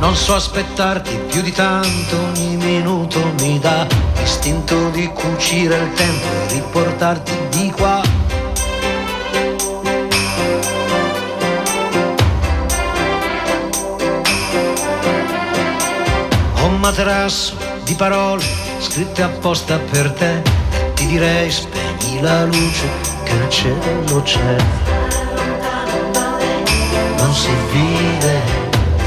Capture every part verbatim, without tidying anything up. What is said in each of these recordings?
Non so aspettarti più di tanto, ogni minuto mi dà l'istinto di cucire il tempo e riportarti di qua. Ho un materasso di parole scritte apposta per te, ti direi spegni la luce che il cielo c'è. Non si vede,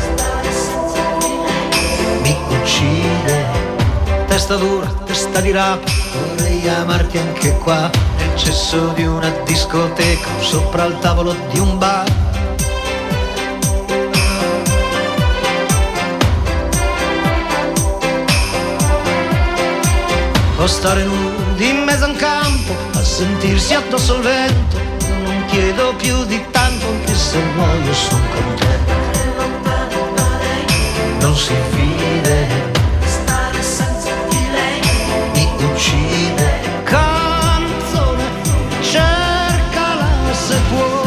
mi uccide, testa dura, testa di rapa, vorrei amarti anche qua, nel cesso di una discoteca, sopra il tavolo di un bar. O stare nudi in mezzo a un campo, a sentirsi addosso al vento, non chiedo più di tanto, anche se muoio son contento. Non si vede, stare senza di lei mi uccide. Canzone, cercala se può,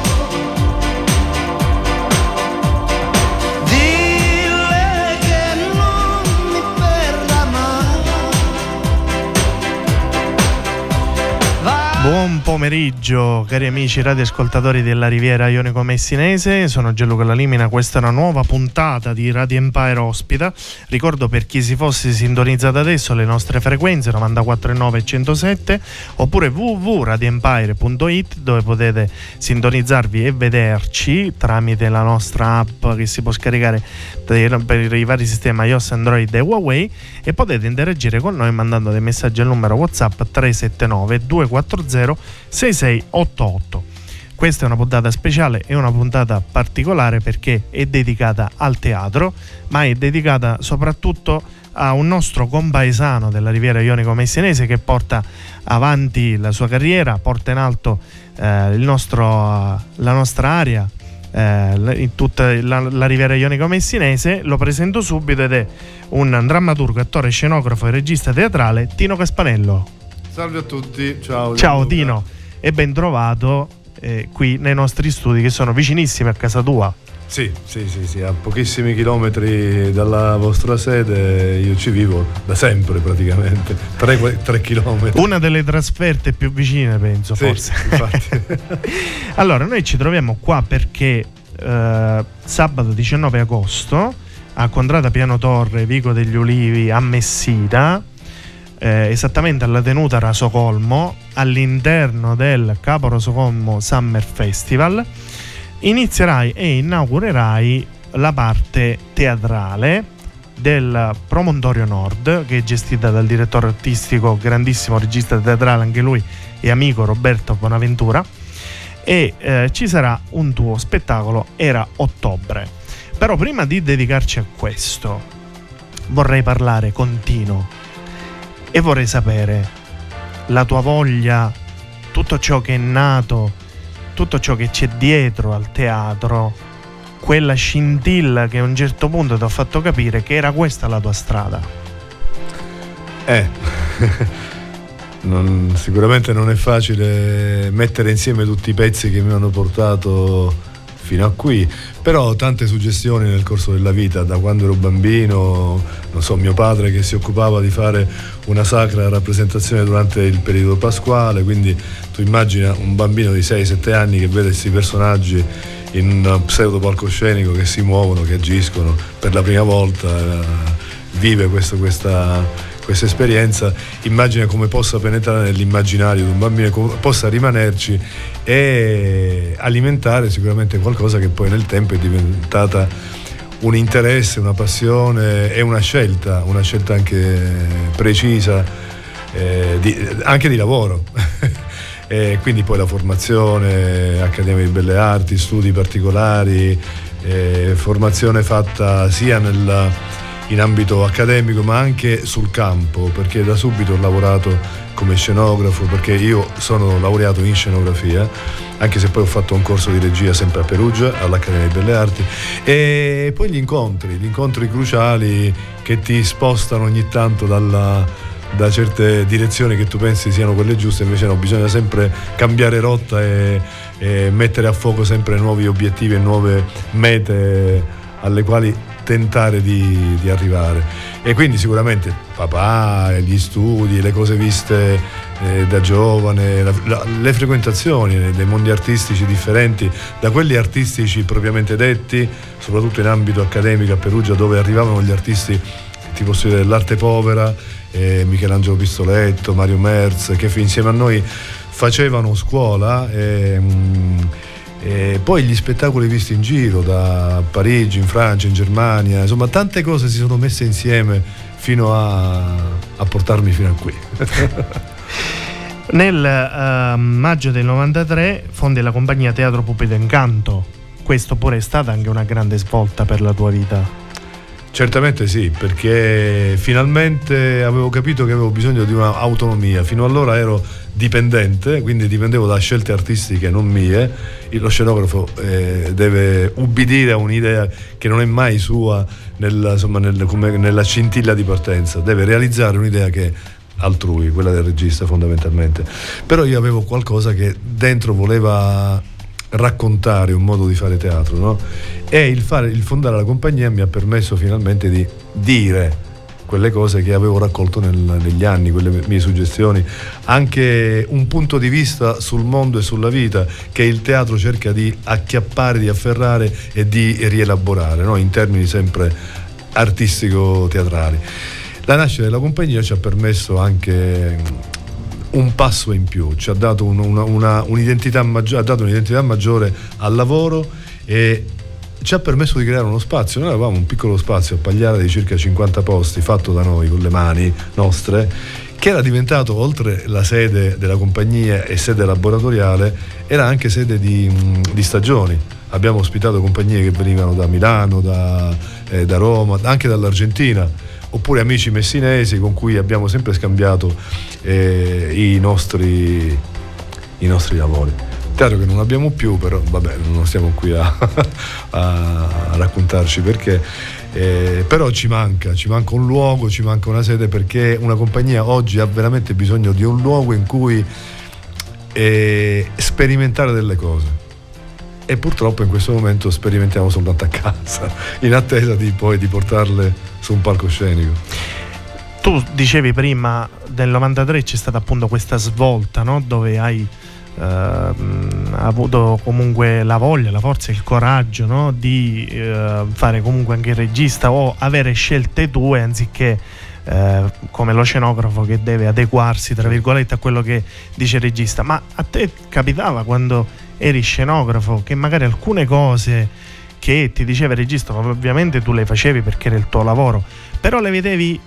dille che non mi perda mai. Va. Buon pomeriggio cari amici radioascoltatori della Riviera Ionico Messinese, sono Gianluca Lalimina, questa è una nuova puntata di Radio Empire Ospita. Ricordo per chi si fosse sintonizzato adesso le nostre frequenze novantaquattro virgola nove e centosette oppure w w w punto radio empire punto i t, dove potete sintonizzarvi e vederci tramite la nostra app che si può scaricare per i vari sistemi iOS, Android e Huawei, e potete interagire con noi mandando dei messaggi al numero WhatsApp tre sette nove due quattro zero sei sei otto otto. Questa è una puntata speciale, è una puntata particolare perché è dedicata al teatro, ma è dedicata soprattutto a un nostro compaesano della Riviera Ionico Messinese che porta avanti la sua carriera, porta in alto eh, il nostro, la nostra area, eh, in tutta la, la Riviera Ionico Messinese. Lo presento subito ed è un drammaturgo, attore, scenografo e regista teatrale, Tino Caspanello. Salve a tutti, ciao. Ciao Tino, e ben trovato eh, qui nei nostri studi che sono vicinissimi a casa tua. Sì, sì, sì, sì, a pochissimi chilometri dalla vostra sede, io ci vivo da sempre praticamente, tre chilometri. Una delle trasferte più vicine, penso, sì, forse. Infatti. Allora, noi ci troviamo qua perché eh, sabato diciannove agosto a Contrada Piano Torre, Vico degli Ulivi a Messina, Eh, esattamente alla tenuta Rasocolmo, all'interno del Capo Rasocolmo Summer Festival, inizierai e inaugurerai la parte teatrale del Promontorio Nord, che è gestita dal direttore artistico, grandissimo regista teatrale anche lui e amico, Roberto Bonaventura, e eh, ci sarà un tuo spettacolo, Era Ottobre. Però prima di dedicarci a questo vorrei parlare con Tino e vorrei sapere la tua voglia, tutto ciò che è nato, tutto ciò che c'è dietro al teatro, quella scintilla che a un certo punto ti ha fatto capire che era questa la tua strada. Eh, non, sicuramente non è facile mettere insieme tutti i pezzi che mi hanno portato fino a qui, però tante suggestioni nel corso della vita, da quando ero bambino, non so, mio padre che si occupava di fare una sacra rappresentazione durante il periodo pasquale, quindi tu immagina un bambino di sei sette anni che vede questi personaggi in un pseudo palcoscenico che si muovono, che agiscono per la prima volta, eh, vive questo, questa questa esperienza, immagina come possa penetrare nell'immaginario di un bambino, come possa rimanerci e alimentare sicuramente qualcosa che poi nel tempo è diventata un interesse, una passione e una scelta, una scelta anche precisa, eh, di, anche di lavoro. E quindi poi la formazione, Accademia di Belle Arti, studi particolari, eh, formazione fatta sia nel in ambito accademico ma anche sul campo, perché da subito ho lavorato come scenografo, perché io sono laureato in scenografia, anche se poi ho fatto un corso di regia sempre a Perugia all'Accademia di Belle Arti, e poi gli incontri, gli incontri cruciali che ti spostano ogni tanto dalla, da certe direzioni che tu pensi siano quelle giuste, invece no, bisogna sempre cambiare rotta e, e mettere a fuoco sempre nuovi obiettivi e nuove mete alle quali tentare di, di arrivare. E quindi sicuramente papà, gli studi, le cose viste eh, da giovane, la, la, le frequentazioni dei mondi artistici differenti da quelli artistici propriamente detti, soprattutto in ambito accademico a Perugia, dove arrivavano gli artisti, ti posso dire, dell'arte povera, eh, Michelangelo Pistoletto, Mario Merz, che insieme a noi facevano scuola. E, e poi gli spettacoli visti in giro, da Parigi, in Francia, in Germania, insomma tante cose si sono messe insieme fino a, a portarmi fino a qui. Nel uh, maggio del novantatré fondi la compagnia Teatro Pupido Incanto. Questo pure è stata anche una grande svolta per la tua vita. Certamente sì, perché finalmente avevo capito che avevo bisogno di un'autonomia. Fino allora ero dipendente, quindi dipendevo da scelte artistiche non mie. Lo scenografo eh, deve ubbidire a un'idea che non è mai sua nella, insomma, nel, come, nella scintilla di partenza, deve realizzare un'idea che è altrui, quella del regista fondamentalmente. Però io avevo qualcosa che dentro voleva raccontare un modo di fare teatro, no? E il, fare, il fondare la compagnia mi ha permesso finalmente di dire quelle cose che avevo raccolto nel, negli anni, quelle mie suggestioni, anche un punto di vista sul mondo e sulla vita che il teatro cerca di acchiappare, di afferrare e di rielaborare, no? In termini sempre artistico-teatrali. La nascita della compagnia ci ha permesso anche un passo in più, ci ha dato un, una, una, un'identità maggiore, ha dato un'identità maggiore al lavoro e ci ha permesso di creare uno spazio. Noi avevamo un piccolo spazio a Pagliara di circa cinquanta posti, fatto da noi con le mani nostre, che era diventato, oltre la sede della compagnia e sede laboratoriale, era anche sede di, di stagioni. Abbiamo ospitato compagnie che venivano da Milano, da, eh, da Roma, anche dall'Argentina, oppure amici messinesi con cui abbiamo sempre scambiato eh, i nostri i nostri lavori. Teatro che non abbiamo più, però vabbè, non stiamo qui a, a, a raccontarci perché, eh, però ci manca, ci manca un luogo, ci manca una sede, perché una compagnia oggi ha veramente bisogno di un luogo in cui eh, sperimentare delle cose. E purtroppo in questo momento sperimentiamo soltanto a casa, in attesa di poi di portarle su un palcoscenico. Tu dicevi prima del novantatré c'è stata appunto questa svolta, no? Dove hai eh, avuto comunque la voglia, la forza, il coraggio, no? Di eh, fare comunque anche il regista o avere scelte tue anziché eh, come lo scenografo che deve adeguarsi tra virgolette a quello che dice il regista. Ma a te capitava quando eri scenografo che magari alcune cose che ti diceva il regista, ovviamente tu le facevi perché era il tuo lavoro, però le vedevi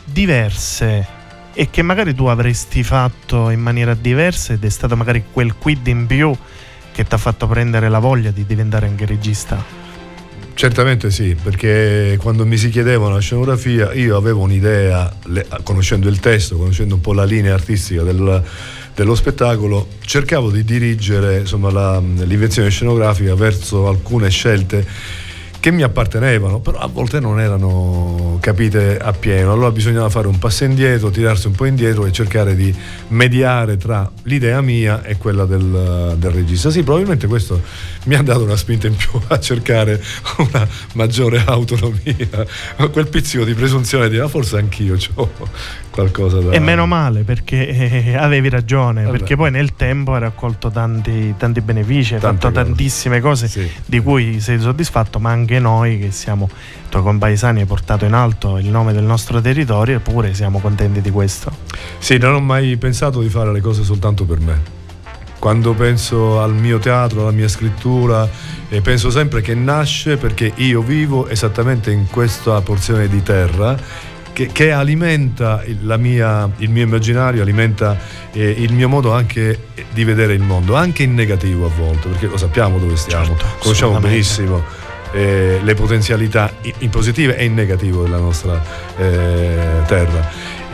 diverse e che magari tu avresti fatto in maniera diversa, ed è stato magari quel quid in più che ti ha fatto prendere la voglia di diventare anche regista? Certamente sì, perché quando mi si chiedevano la scenografia io avevo un'idea, le, conoscendo il testo, conoscendo un po' la linea artistica del, dello spettacolo, cercavo di dirigere, insomma, la, l'invenzione scenografica verso alcune scelte che mi appartenevano, però a volte non erano capite appieno. Allora bisognava fare un passo indietro, tirarsi un po' indietro e cercare di mediare tra l'idea mia e quella del, del regista. Sì, probabilmente questo mi ha dato una spinta in più a cercare una maggiore autonomia, quel pizzico di presunzione di dire, ma forse anch'io ho qualcosa da... E meno male, perché eh, avevi ragione. Vabbè. Perché poi nel tempo hai raccolto tanti, tanti benefici, hai Tante fatto cose. tantissime cose, sì, di cui sei soddisfatto, ma anche noi che siamo tuoi compaesani hai portato in alto il nome del nostro territorio, eppure siamo contenti di questo. Sì, non ho mai pensato di fare le cose soltanto per me. Quando penso al mio teatro, alla mia scrittura, eh, penso sempre che nasce perché io vivo esattamente in questa porzione di terra che, che alimenta la mia, il mio immaginario, alimenta eh, il mio modo anche di vedere il mondo, anche in negativo a volte, perché lo sappiamo dove stiamo, certo, conosciamo benissimo eh, le potenzialità in positive e in negativo della nostra eh, terra.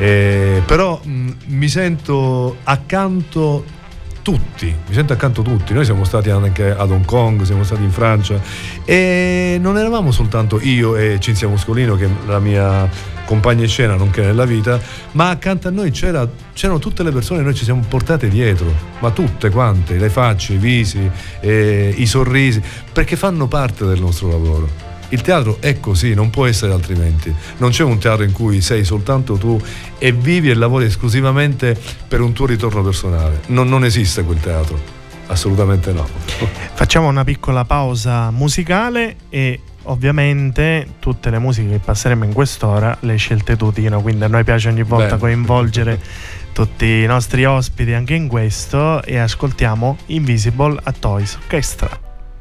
Eh, però mh, mi sento accanto tutti, mi sento accanto tutti. Noi siamo stati anche ad Hong Kong, siamo stati in Francia e non eravamo soltanto io e Cinzia Muscolino, che è la mia compagna in scena nonché nella vita, ma accanto a noi c'era, c'erano tutte le persone che noi ci siamo portate dietro, ma tutte quante, le facce, i visi, eh, i sorrisi, perché fanno parte del nostro lavoro. Il teatro è così, non può essere altrimenti. Non c'è un teatro in cui sei soltanto tu e vivi e lavori esclusivamente per un tuo ritorno personale. Non, non esiste quel teatro, assolutamente no. Facciamo una piccola pausa musicale e ovviamente tutte le musiche che passeremo in quest'ora le scelte tu, Tino, quindi a noi piace ogni volta Bene. coinvolgere tutti i nostri ospiti anche in questo, e ascoltiamo Invisible a Toys Orchestra.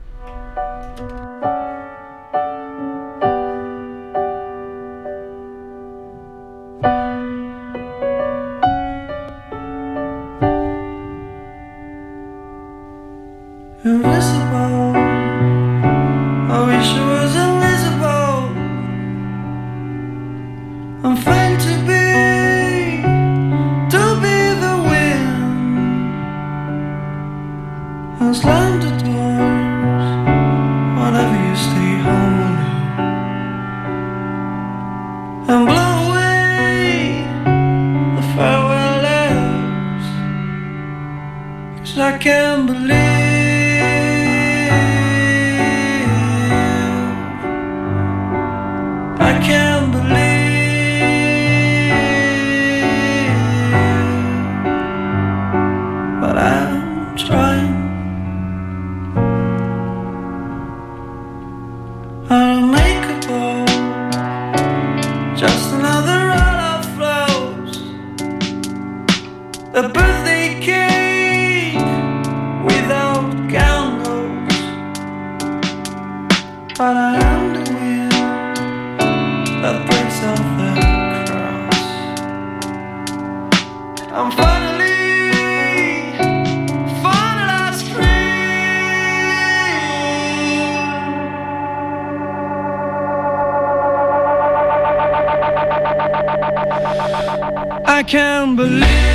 I can't believe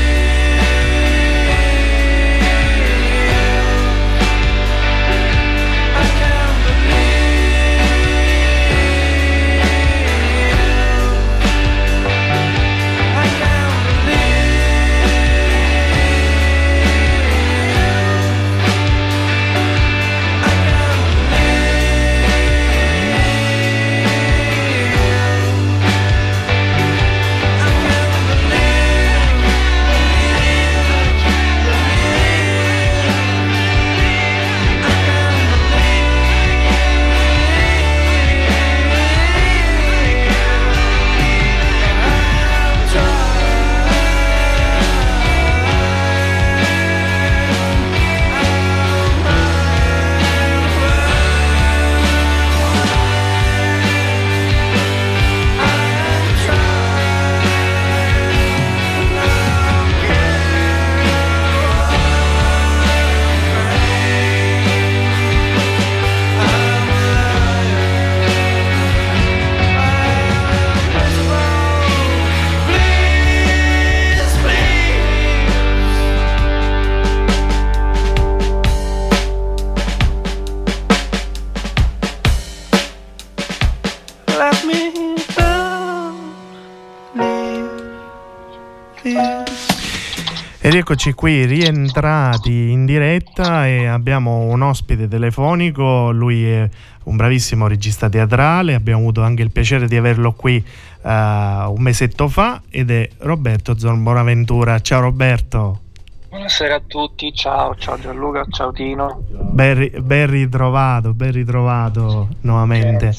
Ed eccoci qui rientrati in diretta e abbiamo un ospite telefonico. Lui è un bravissimo regista teatrale, abbiamo avuto anche il piacere di averlo qui uh, un mesetto fa, ed è Roberto Zorn Bonaventura. Ciao Roberto. Buonasera a tutti, ciao, ciao Gianluca, ciao Tino. Ben, ben ritrovato, ben ritrovato nuovamente.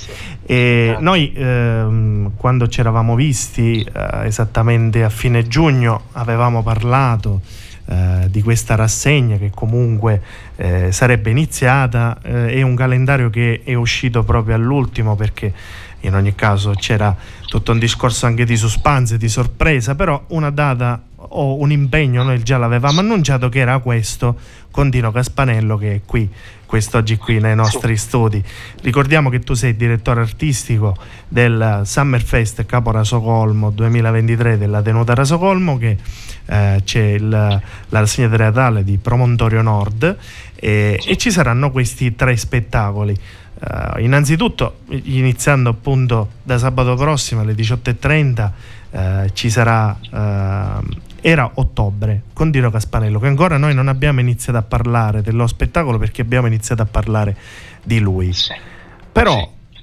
E noi ehm, quando ci eravamo visti eh, esattamente a fine giugno avevamo parlato eh, di questa rassegna che comunque eh, sarebbe iniziata. Eh, è un calendario che è uscito proprio all'ultimo, perché in ogni caso c'era tutto un discorso anche di suspense, di sorpresa, però una data o un impegno noi già l'avevamo annunciato, che era questo, con Tino Caspanello, che è qui quest'oggi qui nei nostri studi. Ricordiamo che tu sei direttore artistico del Summerfest Capo Rasocolmo duemilaventitré della Tenuta Rasocolmo, che eh, c'è il, la rassegna teatrale di Promontorio Nord, e, e ci saranno questi tre spettacoli. Uh, innanzitutto, iniziando appunto da sabato prossimo alle diciotto e trenta, uh, ci sarà uh, Era ottobre con Tino Caspanello, che ancora noi non abbiamo iniziato a parlare dello spettacolo perché abbiamo iniziato a parlare di lui. Sì. Però sì.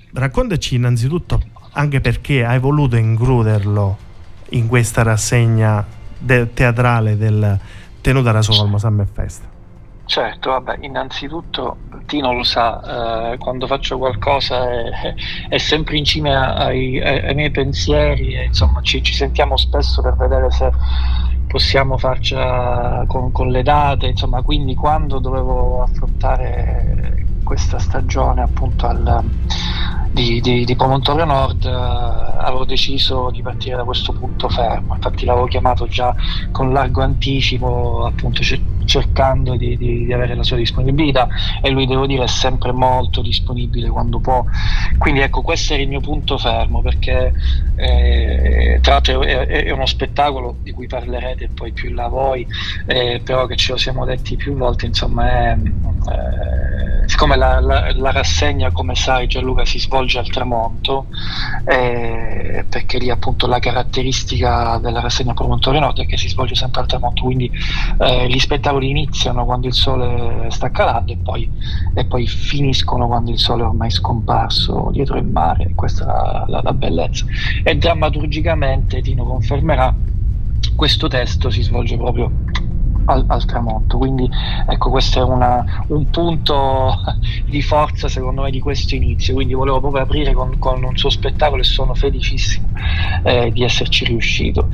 raccontaci innanzitutto anche perché hai voluto includerlo in questa rassegna de- teatrale del tenuta da Stoccolma Summer Fest. Certo, vabbè, innanzitutto Tino lo sa, eh, quando faccio qualcosa è, è sempre in cima ai, ai, ai miei pensieri e insomma ci, ci sentiamo spesso per vedere se possiamo farcela con, con le date, insomma, quindi quando dovevo affrontare questa stagione appunto al, di, di, di Promontorio Nord eh, avevo deciso di partire da questo punto fermo, infatti l'avevo chiamato già con largo anticipo appunto cercando di, di, di avere la sua disponibilità e lui, devo dire, è sempre molto disponibile quando può, quindi ecco, questo era il mio punto fermo, perché eh, tra l'altro è, è uno spettacolo di cui parlerete poi più là voi, eh, però che ce lo siamo detti più volte, insomma è, eh, siccome la, la, la rassegna, come sai Gianluca, si svolge al tramonto, eh, perché lì appunto la caratteristica della rassegna Promontorio Nord è che si svolge sempre al tramonto, quindi eh, gli spettacoli iniziano quando il sole sta calando e poi, e poi finiscono quando il sole è ormai scomparso dietro il mare. Questa è la, la, la bellezza, e drammaturgicamente Tino confermerà, questo testo si svolge proprio al, al tramonto, quindi ecco, questo è una, un punto di forza secondo me di questo inizio, quindi volevo proprio aprire con, con un suo spettacolo e sono felicissimo eh, di esserci riuscito.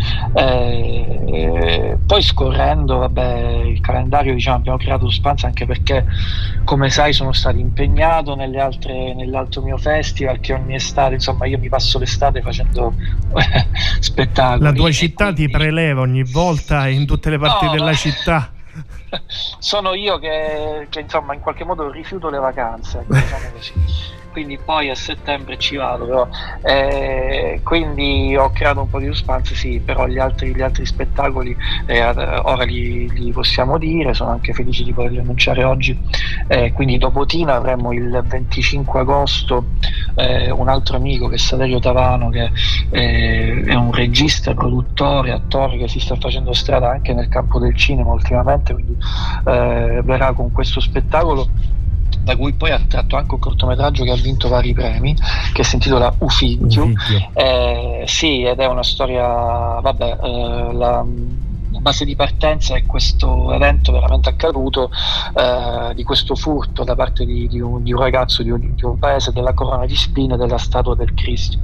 Eh, poi scorrendo vabbè, il calendario, diciamo, abbiamo creato suspense anche perché, come sai, sono stato impegnato nelle altre, nell'altro mio festival, che ogni estate, insomma, io mi passo l'estate facendo spettacoli. La tua città quindi... ti preleva ogni volta in tutte le parti no, della ma... città. Sono io che, che insomma in qualche modo rifiuto le vacanze, diciamo così. Quindi poi a settembre ci vado, però eh, quindi ho creato un po' di suspense, sì, però gli altri, gli altri spettacoli eh, ora li, li possiamo dire, sono anche felice di poterli annunciare oggi. Eh, quindi dopo Tina avremo il venticinque agosto eh, un altro amico, che è Saverio Tavano, che eh, è un regista, produttore, attore che si sta facendo strada anche nel campo del cinema ultimamente, quindi eh, verrà con questo spettacolo, da cui poi ha tratto anche un cortometraggio che ha vinto vari premi, che si intitola Ufiglio. Eh, sì, ed è una storia, vabbè, eh, la, la base di partenza è questo evento veramente accaduto, eh, di questo furto da parte di, di, un, di un ragazzo di un, di un paese, della corona di spine della statua del Cristo.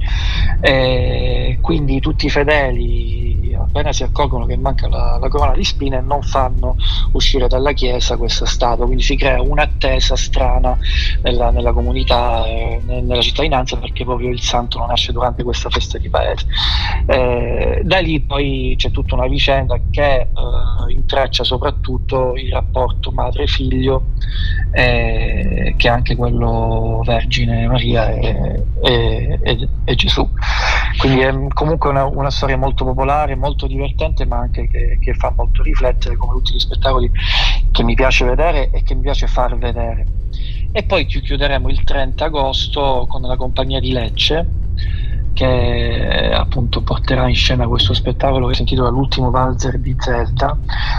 Eh, quindi tutti i fedeli, appena si accorgono che manca la, la corona di spine, non fanno uscire dalla chiesa questa statua, quindi si crea un'attesa strana nella, nella comunità, eh, nella cittadinanza, perché proprio il santo non nasce durante questa festa di paese. Eh, da lì poi c'è tutta una vicenda che eh, intreccia soprattutto il rapporto madre-figlio, eh, che è anche quello Vergine Maria e, e, e, e Gesù. Quindi è comunque una, una storia molto popolare, molto divertente, ma anche che, che fa molto riflettere, come tutti gli spettacoli che mi piace vedere e che mi piace far vedere. E poi chiuderemo il trenta agosto con la compagnia di Lecce, che appunto porterà in scena questo spettacolo che si intitola L'ultimo valzer di Zelda,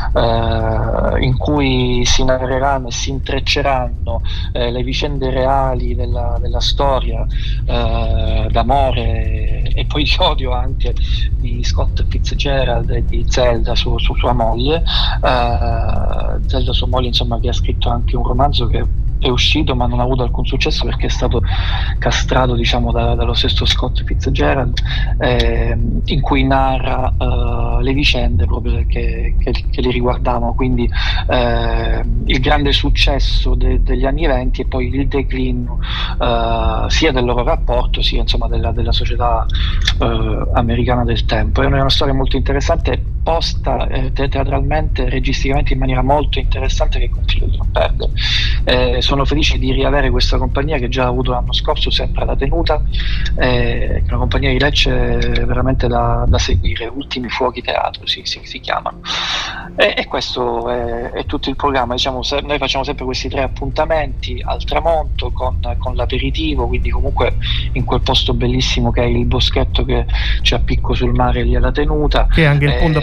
eh, in cui si narreranno e si intrecceranno eh, le vicende reali della, della storia eh, d'amore e poi di odio anche di Scott Fitzgerald e di Zelda su, su sua moglie. eh, Zelda, sua moglie, insomma, che ha scritto anche un romanzo che è uscito ma non ha avuto alcun successo perché è stato castrato, diciamo, da, dallo stesso Scott Fitzgerald, eh, in cui narra eh, le vicende proprio che, che, che li riguardavano, quindi eh, il grande successo de, degli anni venti e poi il declino eh, sia del loro rapporto sia, insomma, della, della società eh, americana del tempo. È una storia molto interessante, posta eh, teatralmente, registicamente in maniera molto interessante, che consiglio di non perdere. Eh, sono felice di riavere questa compagnia che già ho avuto l'anno scorso, sempre alla Tenuta, eh, che è una compagnia di Lecce veramente da, da seguire, Ultimi Fuochi Teatro si, si, si chiamano. E, e questo è, è tutto il programma. Diciamo, se, noi facciamo sempre questi tre appuntamenti al tramonto con, con l'aperitivo, quindi comunque in quel posto bellissimo che è il boschetto che c'è a picco sul mare lì alla Tenuta. Che è anche il eh, punto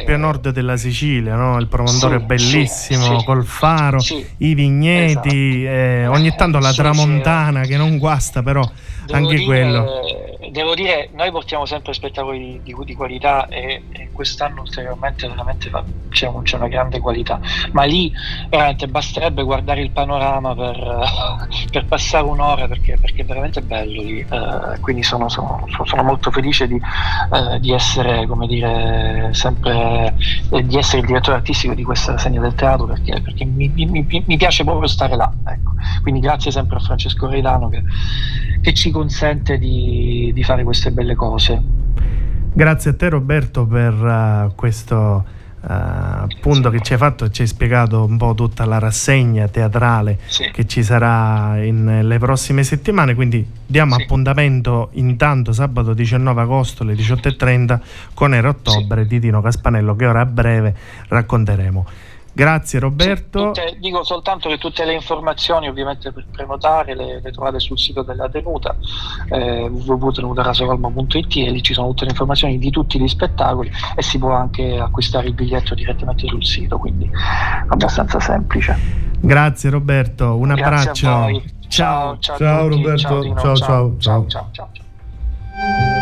più a nord della Sicilia, no? Il promontorio sì, bellissimo, sì, col faro, sì, i vigneti, esatto. eh, ogni tanto la Sì, tramontana sì. che non guasta, però Devo anche dire, quello. Devo dire, noi portiamo sempre spettacoli di, di, di qualità e, e quest'anno ulteriormente veramente va, c'è, un, c'è una grande qualità, ma lì veramente basterebbe guardare il panorama per, per passare un'ora perché, perché è veramente bello lì, eh, quindi sono, sono, sono molto felice di, eh, di essere, come dire, sempre eh, di essere il direttore artistico di questa rassegna del teatro perché, perché mi, mi, mi piace proprio stare là, ecco. Quindi grazie sempre a Francesco Reidano che, che ci consente di, di fare queste belle cose. Grazie a te Roberto per uh, questo uh, appunto che ci hai fatto e ci hai spiegato un po' tutta la rassegna teatrale Sì. che ci sarà in le prossime settimane, quindi diamo Sì. appuntamento intanto sabato diciannove agosto alle diciotto e trenta con Era Ottobre Sì. di Tino Caspanello che ora a breve racconteremo. Grazie Roberto. Tutte, dico soltanto che tutte le informazioni ovviamente per prenotare le, le trovate sul sito della tenuta eh, w w w punto tenuta rasocolmo punto i t e lì ci sono tutte le informazioni di tutti gli spettacoli e si può anche acquistare il biglietto direttamente sul sito, quindi abbastanza semplice. Grazie Roberto, un Grazie abbraccio. a voi. Ciao. Ciao, ciao, Ciao a tutti. Roberto, ciao, Tino. ciao, ciao, ciao, ciao. ciao, ciao, ciao.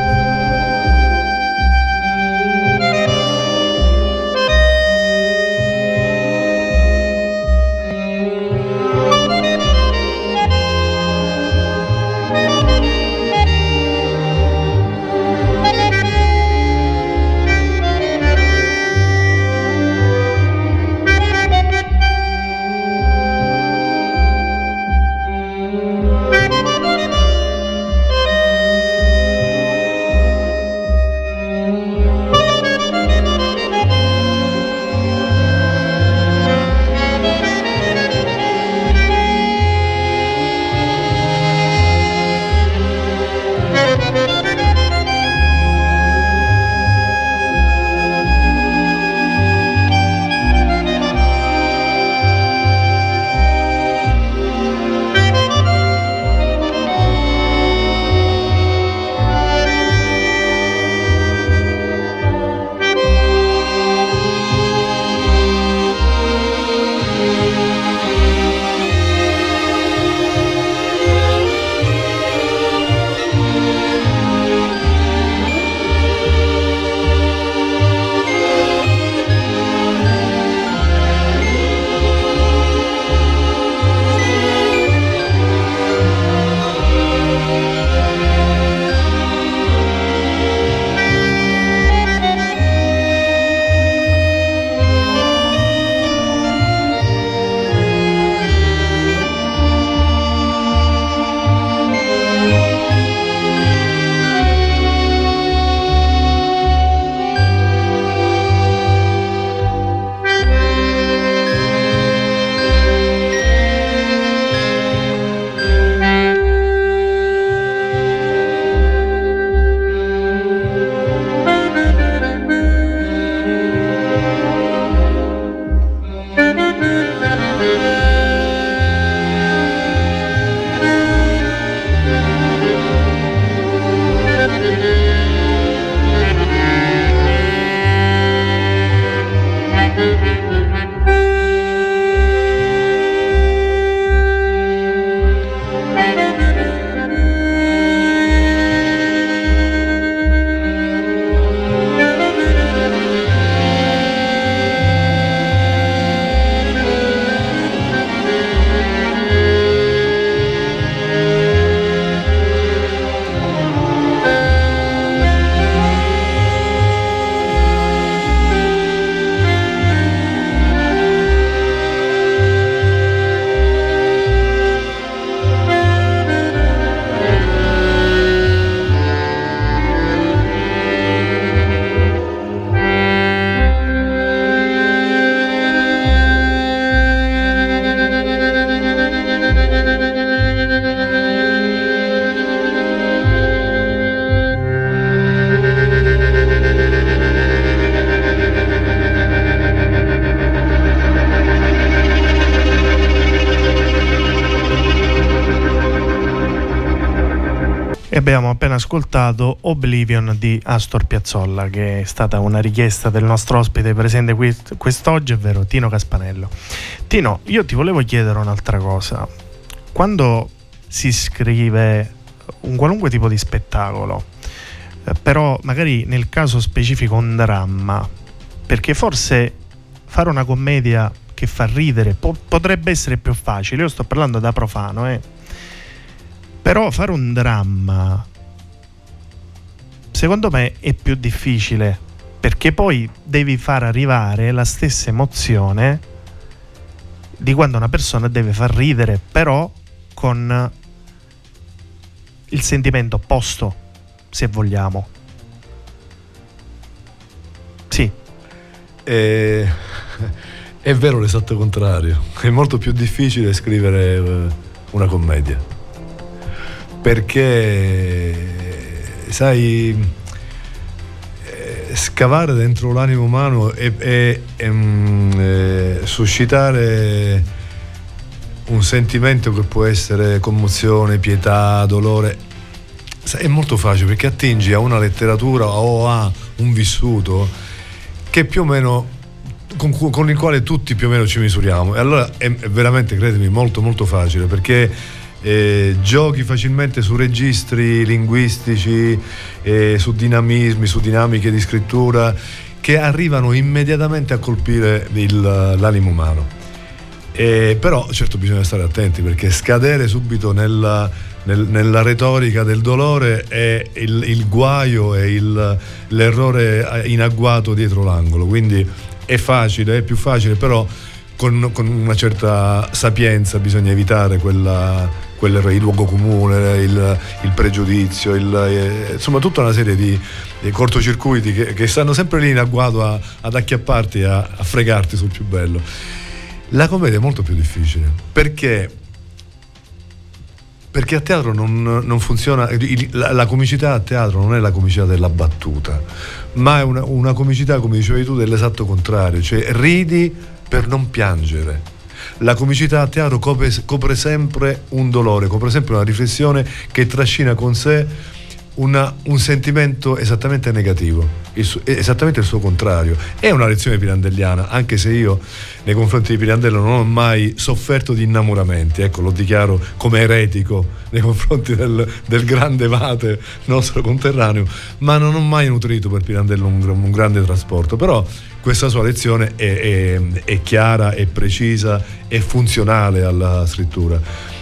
Abbiamo appena ascoltato Oblivion di Astor Piazzolla, che è stata una richiesta del nostro ospite presente qui quest'oggi, ovvero Tino Caspanello. Tino, io ti volevo chiedere un'altra cosa. Quando si scrive un qualunque tipo di spettacolo, eh, però magari nel caso specifico un dramma, perché forse fare una commedia che fa ridere po- potrebbe essere più facile, io sto parlando da profano, eh. Però fare un dramma secondo me è più difficile, perché poi devi far arrivare la stessa emozione di quando una persona deve far ridere, però con il sentimento opposto, se vogliamo. Sì. È, è vero l'esatto contrario. È molto più difficile scrivere una commedia, perché sai, scavare dentro l'animo umano e, e, e, e suscitare un sentimento che può essere commozione, pietà, dolore, è molto facile, perché attingi a una letteratura o a un vissuto che più o meno con, con il quale tutti più o meno ci misuriamo, e allora è, è veramente, credimi, molto molto facile, perché Eh, giochi facilmente su registri linguistici, eh, su dinamismi, su dinamiche di scrittura che arrivano immediatamente a colpire il, l'animo umano. Eh, però certo bisogna stare attenti, perché scadere subito nella, nel, nella retorica del dolore è il, il guaio e il, l'errore in agguato dietro l'angolo. Quindi è facile, è più facile, però con, con una certa sapienza bisogna evitare quella Quel, il luogo comune, il, il pregiudizio, il, eh, insomma tutta una serie di, di cortocircuiti che, che stanno sempre lì in agguato a, ad acchiapparti, a, a fregarti sul più bello. La commedia è molto più difficile, perché perché a teatro non, non funziona, il, la, la comicità a teatro non è la comicità della battuta, ma è una, una comicità, come dicevi tu, dell'esatto contrario, cioè ridi per non piangere. La comicità a teatro copre, copre sempre un dolore, copre sempre una riflessione che trascina con sé una, un sentimento esattamente negativo, il su, esattamente il suo contrario. È una lezione pirandelliana, anche se io nei confronti di Pirandello non ho mai sofferto di innamoramenti, ecco, lo dichiaro come eretico nei confronti del, del grande Vate, nostro conterraneo, ma non ho mai nutrito per Pirandello un, un grande trasporto. Però questa sua lezione è, è, è chiara, è precisa, è funzionale alla scrittura.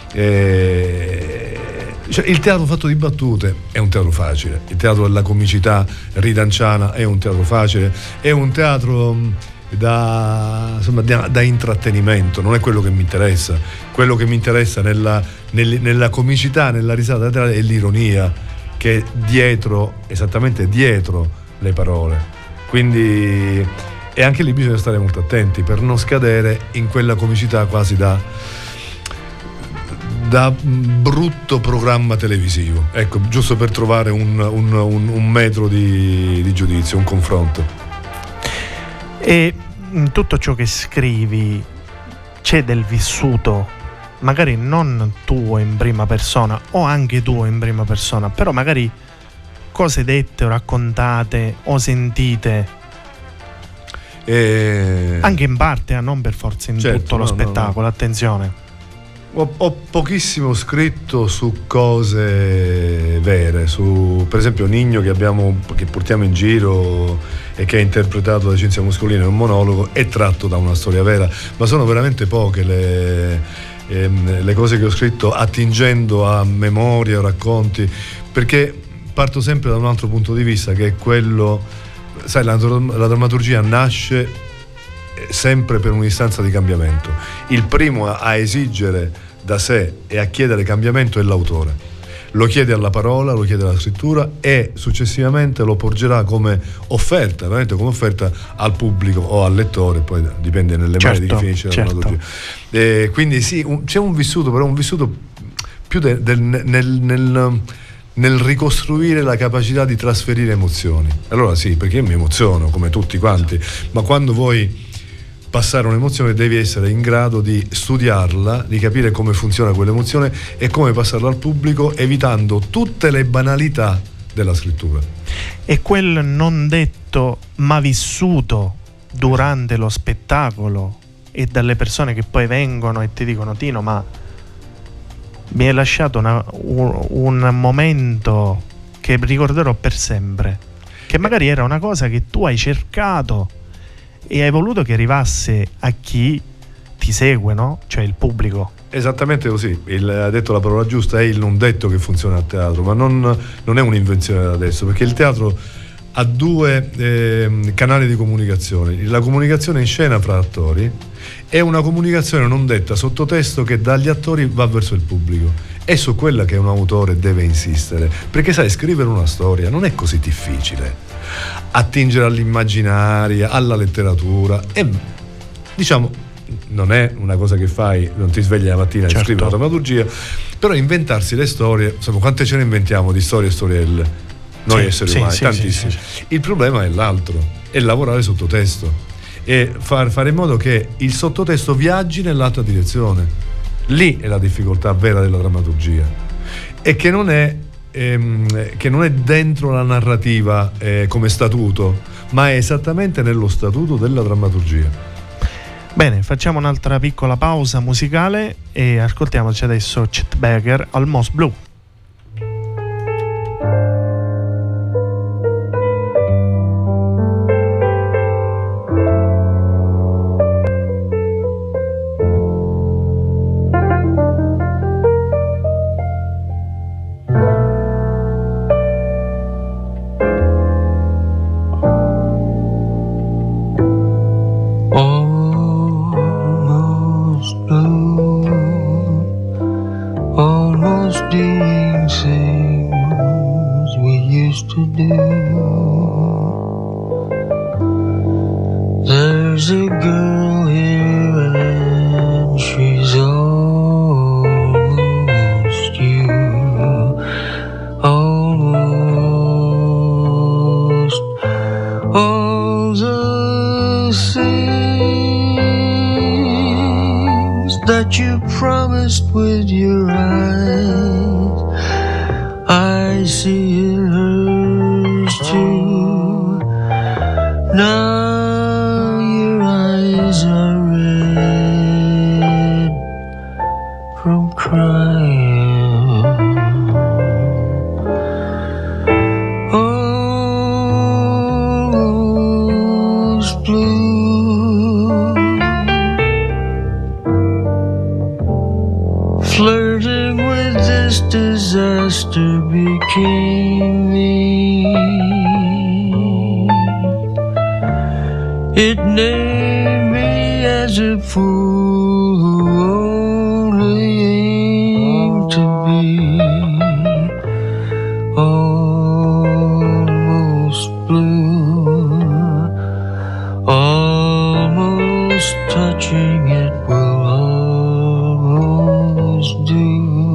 E, cioè, il teatro fatto di battute è un teatro facile, il teatro della comicità ridanciana è un teatro facile, è un teatro da, insomma, da, da intrattenimento, non è quello che mi interessa. Quello che mi interessa nella, nel, nella comicità, nella risata teatrale, è l'ironia che è dietro, esattamente dietro le parole. Quindi, e anche lì bisogna stare molto attenti per non scadere in quella comicità quasi da, da brutto programma televisivo, ecco, giusto per trovare un, un, un, un metro di, di giudizio, un confronto. E in tutto ciò che scrivi c'è del vissuto, magari non tuo in prima persona o anche tuo in prima persona, però magari cose dette o raccontate o sentite, e... anche in parte, eh, non per forza in certo, tutto lo no, spettacolo, no, no. Attenzione. Ho, ho pochissimo scritto su cose vere, su per esempio Nigno, che abbiamo, che portiamo in giro e che è interpretato da Cinzia Muscolini, è un monologo, è tratto da una storia vera, ma sono veramente poche le, ehm, le cose che ho scritto attingendo a memoria, racconti, perché parto sempre da un altro punto di vista, che è quello, sai, la, la drammaturgia nasce sempre per un'istanza di cambiamento. Il primo a, a esigere da sé e a chiedere cambiamento è l'autore. Lo chiede alla parola, lo chiede alla scrittura e successivamente lo porgerà come offerta, veramente come offerta al pubblico o al lettore, poi dipende nelle certo, mani di chi finisce certo. la drammaturgia. E quindi sì, un, c'è un vissuto, però un vissuto più de, del, nel, nel nel ricostruire la capacità di trasferire emozioni. Allora sì, perché io mi emoziono come tutti quanti, ma quando vuoi passare un'emozione devi essere in grado di studiarla, di capire come funziona quell'emozione e come passarla al pubblico, evitando tutte le banalità della scrittura. E quel non detto ma vissuto durante lo spettacolo e dalle persone che poi vengono e ti dicono: Tino, ma mi hai lasciato una, un, un momento che ricorderò per sempre, che magari era una cosa che tu hai cercato e hai voluto che arrivasse a chi ti segue, no? Cioè il pubblico. Esattamente così, il, ha detto la parola giusta, è il non detto che funziona a teatro, ma non, non è un'invenzione da adesso, perché il teatro ha due eh, canali di comunicazione: la comunicazione in scena fra attori e una comunicazione non detta sottotesto che dagli attori va verso il pubblico. È su quella che un autore deve insistere, perché sai, scrivere una storia non è così difficile, attingere all'immaginaria, alla letteratura, e diciamo non è una cosa che fai, non ti svegli la mattina certo. e scrivi una drammaturgia, però inventarsi le storie, insomma, quante ce ne inventiamo di storie e storielle noi sì, esseri sì, umani, sì, tantissimi. sì, sì. Il problema è l'altro, è lavorare sottotesto e far, fare in modo che il sottotesto viaggi nell'altra direzione. Lì è la difficoltà vera della drammaturgia, e che non è ehm, che non è dentro la narrativa eh, come statuto, ma è esattamente nello statuto della drammaturgia. Bene, facciamo un'altra piccola pausa musicale e ascoltiamoci adesso Chet Baker, Almost Blue. That you promised with your eyes, I see in hers too. Now your eyes are red from crying. Almost blue. Flirting with this disaster became me. It named me as a fool who only aimed to be almost blue, almost touching it will do.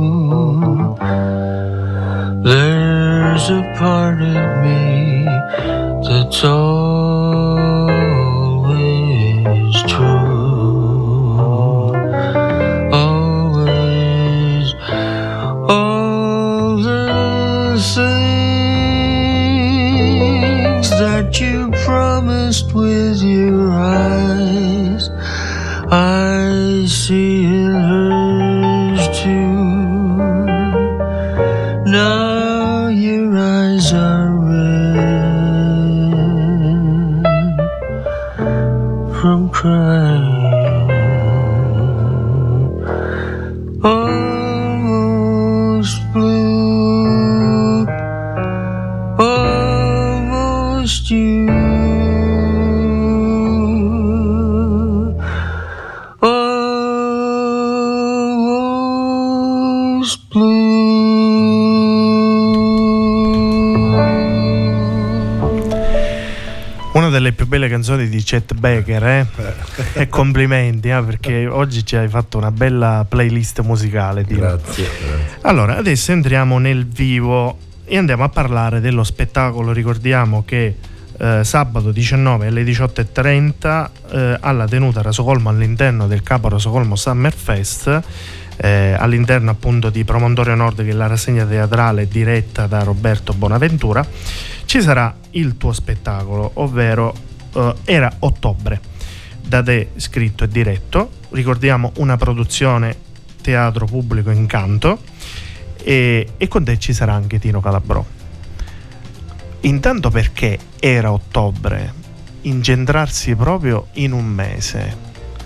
There's a part of me that's always true, always. All the things that you promised with your eyes, I see in her too. Now your eyes are red from crying. Almost blue, almost you. Almost blue. Una delle più belle canzoni di Chet Baker, eh? E complimenti, eh? Perché oggi ci hai fatto una bella playlist musicale. Tino. Grazie, grazie. Allora, adesso entriamo nel vivo e andiamo a parlare dello spettacolo. Ricordiamo che eh, sabato diciannove alle diciotto e trenta eh, alla tenuta Rasocolmo, all'interno del Capo Rasocolmo Summer Fest, eh, all'interno appunto di Promontorio Nord, che è la rassegna teatrale diretta da Roberto Bonaventura. Ci sarà il tuo spettacolo, ovvero eh, Era ottobre, da te scritto e diretto. Ricordiamo una produzione Teatro Pubblico Incanto, e, e con te ci sarà anche Tino Calabrò. Intanto, perché Era ottobre incentrarsi proprio in un mese?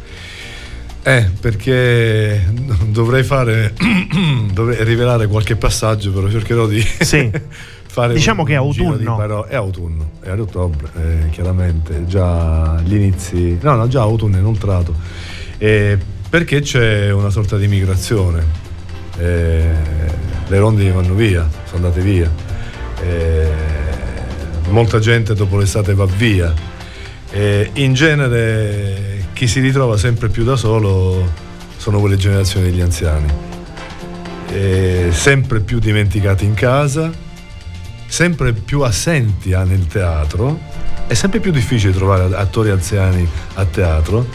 Eh, perché dovrei fare dovrei rivelare qualche passaggio, però cercherò di sì. fare diciamo un, che è un giro autunno. di paro- è autunno, è ad ottobre, eh, chiaramente già gli inizi, no no già autunno è inoltrato, eh, perché c'è una sorta di migrazione, eh, le rondini vanno via, sono andate via, eh, molta gente dopo l'estate va via, eh, in genere chi si ritrova sempre più da solo sono quelle generazioni degli anziani, e sempre più dimenticati in casa, sempre più assenti nel teatro, è sempre più difficile trovare attori anziani a teatro.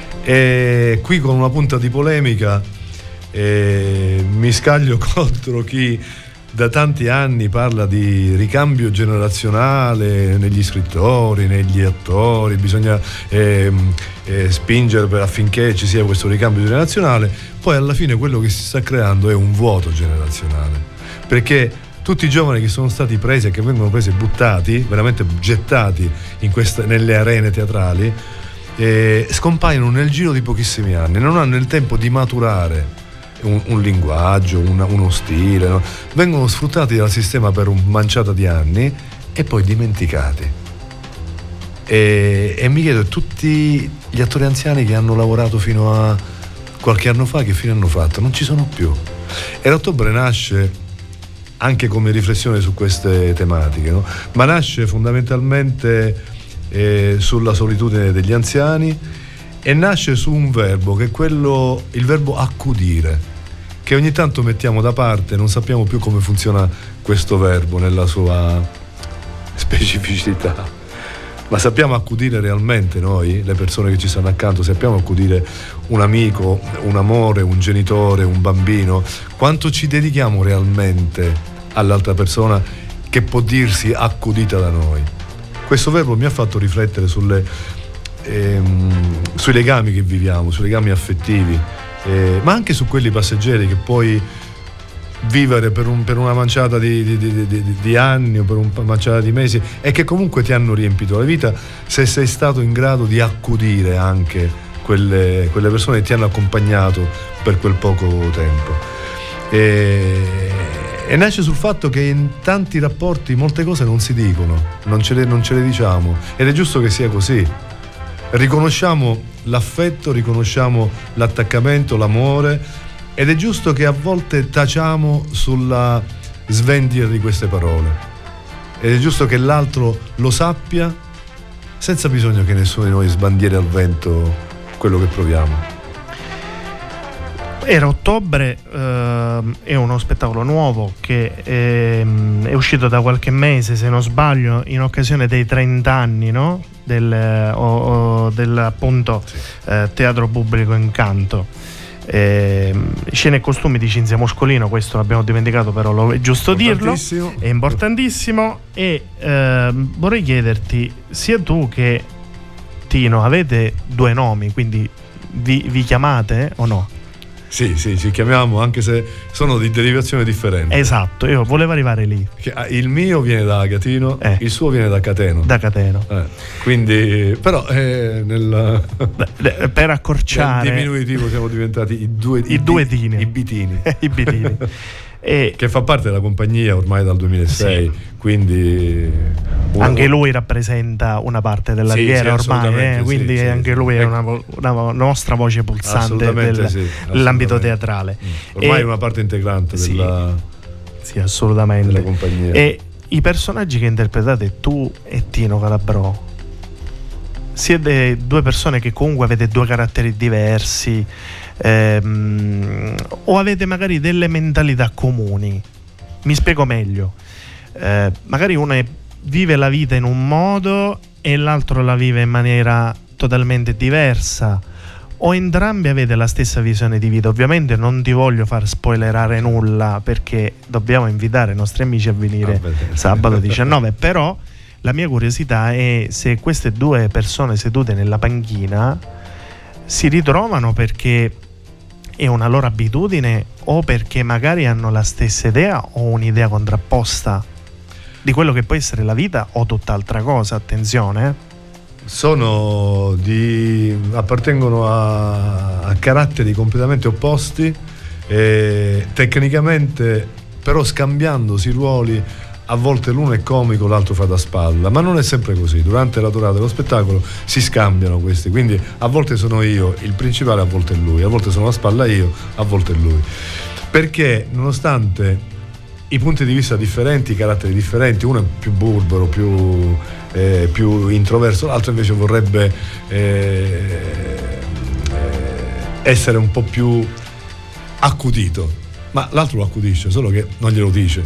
E qui, con una punta di polemica, eh, mi scaglio contro chi da tanti anni parla di ricambio generazionale negli scrittori, negli attori, bisogna eh, eh, spingere per, affinché ci sia questo ricambio generazionale. Poi alla fine quello che si sta creando è un vuoto generazionale, perché tutti i giovani che sono stati presi e che vengono presi e buttati, veramente gettati in queste, nelle arene teatrali, eh, scompaiono nel giro di pochissimi anni, non hanno il tempo di maturare Un, un linguaggio, una, uno stile, no? Vengono sfruttati dal sistema per un manciata di anni e poi dimenticati. E, e mi chiedo, tutti gli attori anziani che hanno lavorato fino a qualche anno fa, che fine hanno fatto? Non ci sono più. E l'ottobre nasce anche come riflessione su queste tematiche, no? Ma nasce fondamentalmente eh, sulla solitudine degli anziani, e nasce su un verbo che è quello, il verbo accudire, che ogni tanto mettiamo da parte, non sappiamo più come funziona questo verbo nella sua specificità. Ma sappiamo accudire realmente noi, le persone che ci stanno accanto? Sappiamo accudire un amico, un amore, un genitore, un bambino? Quanto ci dedichiamo realmente all'altra persona che può dirsi accudita da noi? Questo verbo mi ha fatto riflettere sulle Ehm, sui legami che viviamo, sui legami affettivi, eh, ma anche su quelli passeggeri che puoi vivere per, un, per una manciata di, di, di, di, di anni o per una manciata di mesi, e che comunque ti hanno riempito la vita, se sei stato in grado di accudire anche quelle, quelle persone che ti hanno accompagnato per quel poco tempo. E, e nasce sul fatto che in tanti rapporti molte cose non si dicono, non ce le, non ce le diciamo, ed è giusto che sia così. Riconosciamo l'affetto, riconosciamo l'attaccamento, l'amore, ed è giusto che a volte taciamo sulla svendita di queste parole, ed è giusto che l'altro lo sappia senza bisogno che nessuno di noi sbandieri al vento quello che proviamo. Era ottobre, eh, è uno spettacolo nuovo che è, è uscito da qualche mese, se non sbaglio, in occasione dei trenta anni, no? del, o, o del appunto sì. eh, Teatro Pubblico Incanto. Eh, scene e costumi di Cinzia Moscolino, questo l'abbiamo dimenticato, però lo, è giusto dirlo, è importantissimo. E eh, vorrei chiederti, sia tu che Tino avete due nomi, quindi vi, vi chiamate o no? Sì, sì, ci chiamiamo, anche se sono di derivazione differente. Esatto, io volevo arrivare lì. Il mio viene da Agatino, eh. il suo viene da Cateno. Da Cateno. Eh. Quindi, però, eh, nel, Beh, per accorciare. Nel diminutivo siamo diventati i due, i, i due tini. I bitini. I bitini. E che fa parte della compagnia ormai dal duemilasei, sì. Quindi una... anche lui rappresenta una parte della sì, Riviera sì, ormai, eh? quindi sì, anche sì, lui sì. è una, una nostra voce pulsante del, sì, dell'ambito teatrale. Ormai e... è una parte integrante sì, della, sì, assolutamente. della compagnia. E i personaggi che interpretate tu e Tino Calabrò, siete due persone che comunque avete due caratteri diversi, ehm, o avete magari delle mentalità comuni? Mi spiego meglio. Eh, magari uno è vive la vita in un modo e l'altro la vive in maniera totalmente diversa, o entrambi avete la stessa visione di vita? Ovviamente non ti voglio far spoilerare nulla, perché dobbiamo invitare i nostri amici a venire ah, sabato diciannove, però la mia curiosità è se queste due persone sedute nella panchina si ritrovano perché è una loro abitudine, o perché magari hanno la stessa idea o un'idea contrapposta di quello che può essere la vita, o tutt'altra cosa. Attenzione, eh. Sono di appartengono a, a caratteri completamente opposti, e tecnicamente, però scambiandosi i ruoli. A volte l'uno è comico, l'altro fa da spalla, ma non è sempre così. Durante la durata dello spettacolo si scambiano questi, quindi a volte sono io il principale, a volte è lui, a volte sono la spalla io, a volte è lui, perché nonostante i punti di vista differenti, i caratteri differenti, uno è più burbero, più, eh, più introverso, l'altro invece vorrebbe eh, essere un po' più accudito, ma l'altro lo accudisce, solo che non glielo dice.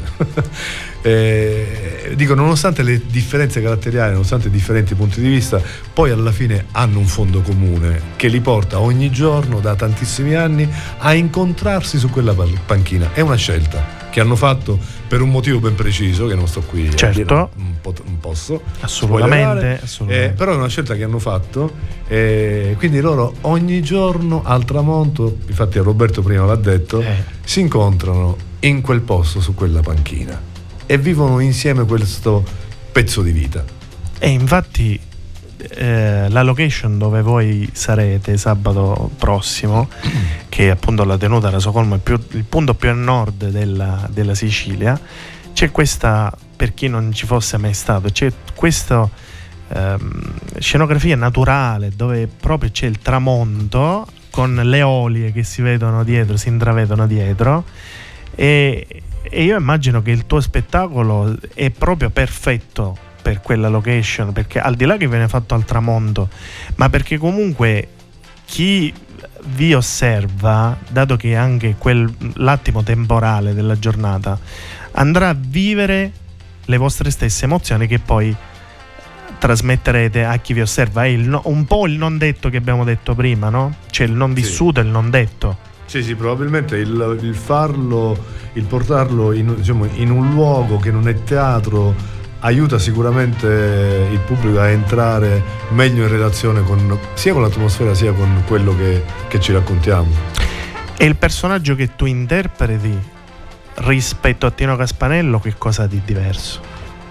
eh, dico, nonostante le differenze caratteriali, nonostante i differenti punti di vista, poi alla fine hanno un fondo comune che li porta ogni giorno da tantissimi anni a incontrarsi su quella panchina. È una scelta che hanno fatto per un motivo ben preciso, che non sto qui certo. a dire, non, po- non posso assolutamente, assolutamente. Eh, però è una scelta che hanno fatto, eh, quindi loro ogni giorno al tramonto, infatti a Roberto prima l'ha detto, eh. si incontrano in quel posto, su quella panchina, e vivono insieme questo pezzo di vita. E infatti eh, la location dove voi sarete sabato prossimo, che è appunto la tenuta da Socolmo, è più, il punto più a nord della, della Sicilia, c'è questa, per chi non ci fosse mai stato, c'è questa ehm, scenografia naturale dove proprio c'è il tramonto con le olie che si vedono dietro, si intravedono dietro, e, e io immagino che il tuo spettacolo è proprio perfetto per quella location, perché al di là che viene fatto al tramonto, ma perché comunque chi vi osserva, dato che anche quel l'attimo temporale della giornata, andrà a vivere le vostre stesse emozioni che poi trasmetterete a chi vi osserva. È il no, un po' il non detto che abbiamo detto prima, no? Cioè il non vissuto e il non detto. Sì, sì, probabilmente il, il farlo, il portarlo in, diciamo, in un luogo che non è teatro aiuta sicuramente il pubblico a entrare meglio in relazione con, sia con l'atmosfera sia con quello che, che ci raccontiamo. E il personaggio che tu interpreti rispetto a Tino Caspanello, che cosa di diverso?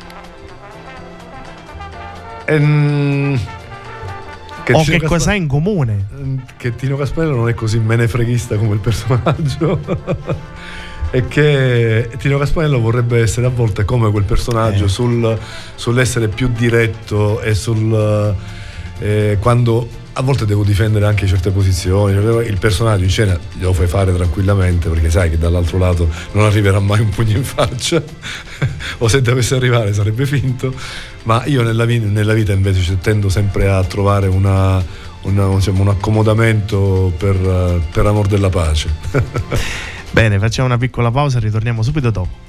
Ehm, che o Tino che Caspan- cosa ha in comune? Che Tino Caspanello non è così menefreghista come il personaggio. E che Tino Caspanello vorrebbe essere a volte come quel personaggio, eh. sul, sull'essere più diretto e sul eh, quando a volte devo difendere anche certe posizioni. Il personaggio in scena glielo fai fare tranquillamente, perché sai che dall'altro lato non arriverà mai un pugno in faccia o se dovesse arrivare sarebbe finto. Ma io nella, nella vita invece tendo sempre a trovare una, una, diciamo, un accomodamento per, per amor della pace. Bene, facciamo una piccola pausa e ritorniamo subito dopo.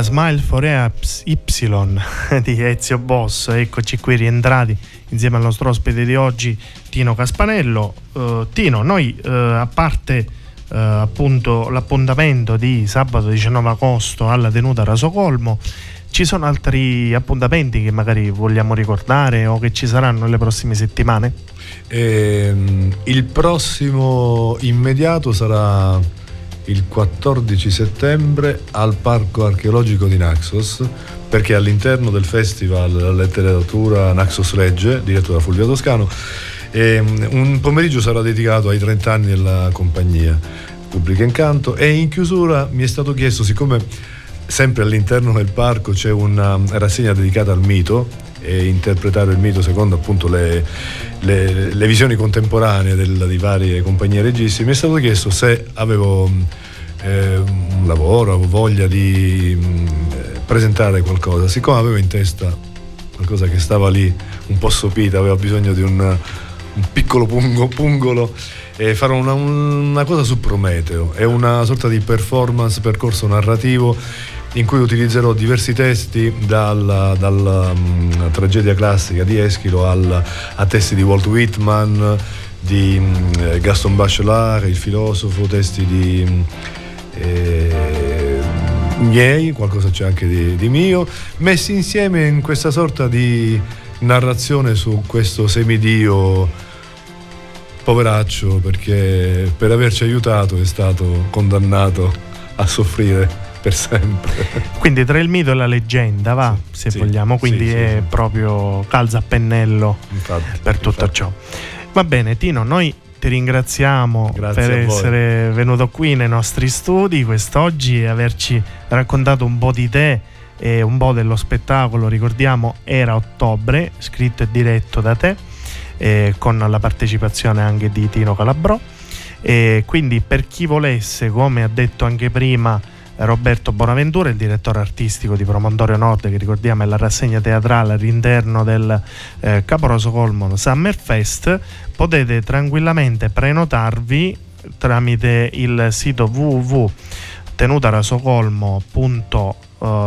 Smile for Y di Ezio Boss. Eccoci qui rientrati insieme al nostro ospite di oggi, Tino Caspanello. uh, Tino, noi uh, a parte uh, appunto l'appuntamento di sabato diciannove agosto alla tenuta Rasocolmo, ci sono altri appuntamenti che magari vogliamo ricordare o che ci saranno nelle prossime settimane? Ehm, il prossimo immediato sarà il quattordici settembre al Parco Archeologico di Naxos, perché all'interno del Festival della Letteratura Naxos Legge, diretto da Fulvio Toscano, ehm, un pomeriggio sarà dedicato ai trenta anni della compagnia Pubblica Incanto, e in chiusura mi è stato chiesto, siccome sempre all'interno del parco c'è una rassegna dedicata al mito e interpretare il mito secondo appunto le, le, le visioni contemporanee del, di varie compagnie registi, mi è stato chiesto se avevo eh, un lavoro, avevo voglia di eh, presentare qualcosa. Siccome avevo in testa qualcosa che stava lì un po' sopita, aveva bisogno di un, un piccolo pungo, pungolo, e farò una, una cosa su Prometeo. È una sorta di performance, percorso narrativo in cui utilizzerò diversi testi dalla, dalla um, tragedia classica di Eschilo al, a testi di Walt Whitman, di um, Gaston Bachelard, il filosofo, testi di um, eh, miei, qualcosa c'è anche di, di mio, messi insieme in questa sorta di narrazione su questo semidio poveraccio, perché per averci aiutato è stato condannato a soffrire per sempre. Quindi tra il mito e la leggenda va, sì, se sì, vogliamo, quindi sì, è sì, proprio calza a pennello, infatti, per tutto infatti. ciò. Va bene Tino, noi ti ringraziamo Grazie per a voi. essere venuto qui nei nostri studi quest'oggi e averci raccontato un po' di te e un po' dello spettacolo. Ricordiamo, Era Ottobre, scritto e diretto da te, eh, con la partecipazione anche di Tino Calabrò, e quindi per chi volesse, come ha detto anche prima Roberto Bonaventura, il direttore artistico di Promontorio Nord, che ricordiamo è la rassegna teatrale all'interno del eh, Capo Rasocolmo Summerfest, potete tranquillamente prenotarvi tramite il sito w w w punto tenutarasocolmo punto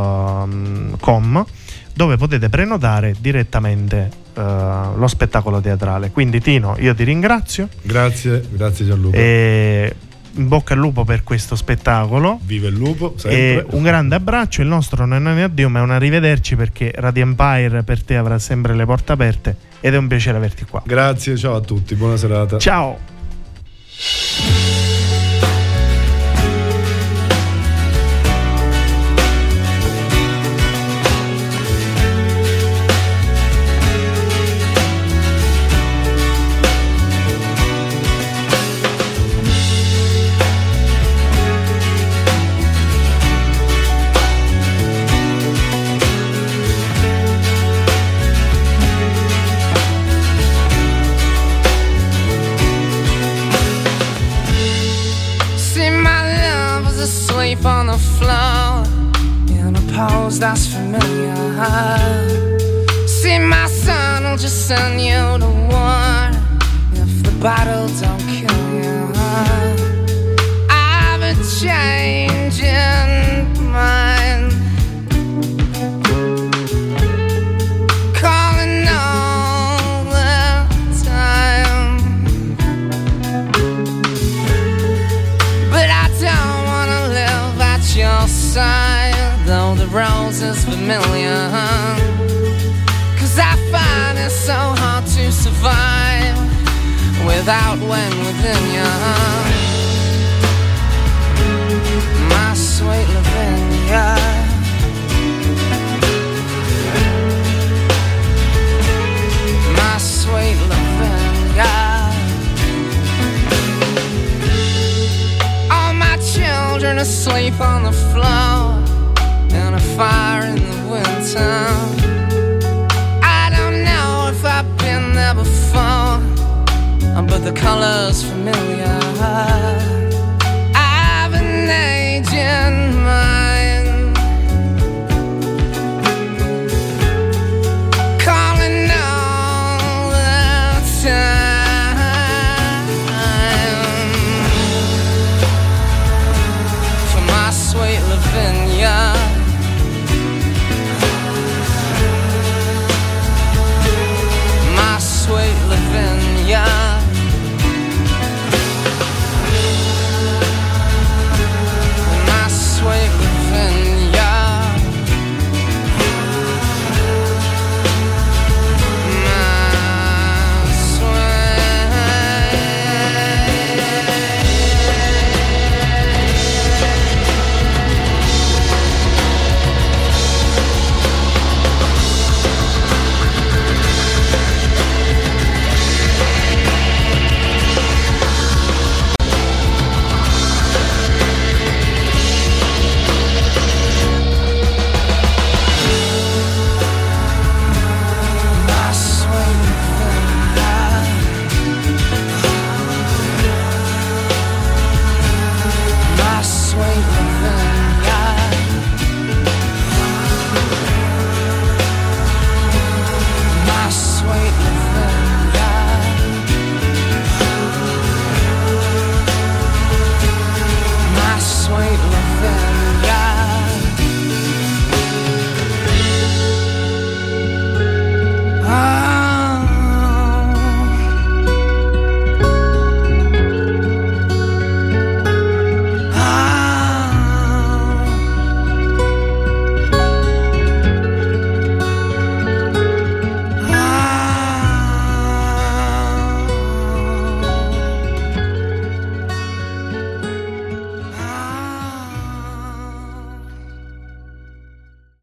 com, dove potete prenotare direttamente uh, lo spettacolo teatrale. Quindi Tino, io ti ringrazio. Grazie, grazie Gianluca. E in bocca al lupo per questo spettacolo. Viva il lupo, sempre. E un grande abbraccio. Il nostro non è un addio ma è un arrivederci, perché Radio Empire per te avrà sempre le porte aperte ed è un piacere averti qua. Grazie, ciao a tutti, buona serata. Ciao. On the floor in a pose that's familiar. See, my son will just send you to war if the battle don't kill you. I've been changing mine, calling all the time, but I don't your side, though the rose is familiar, 'cause I find it so hard to survive without when within you. My sweet Lavinia, my sweet Lavinia. Children asleep on the floor and a fire in the winter. I don't know if I've been there before, but the color's familiar.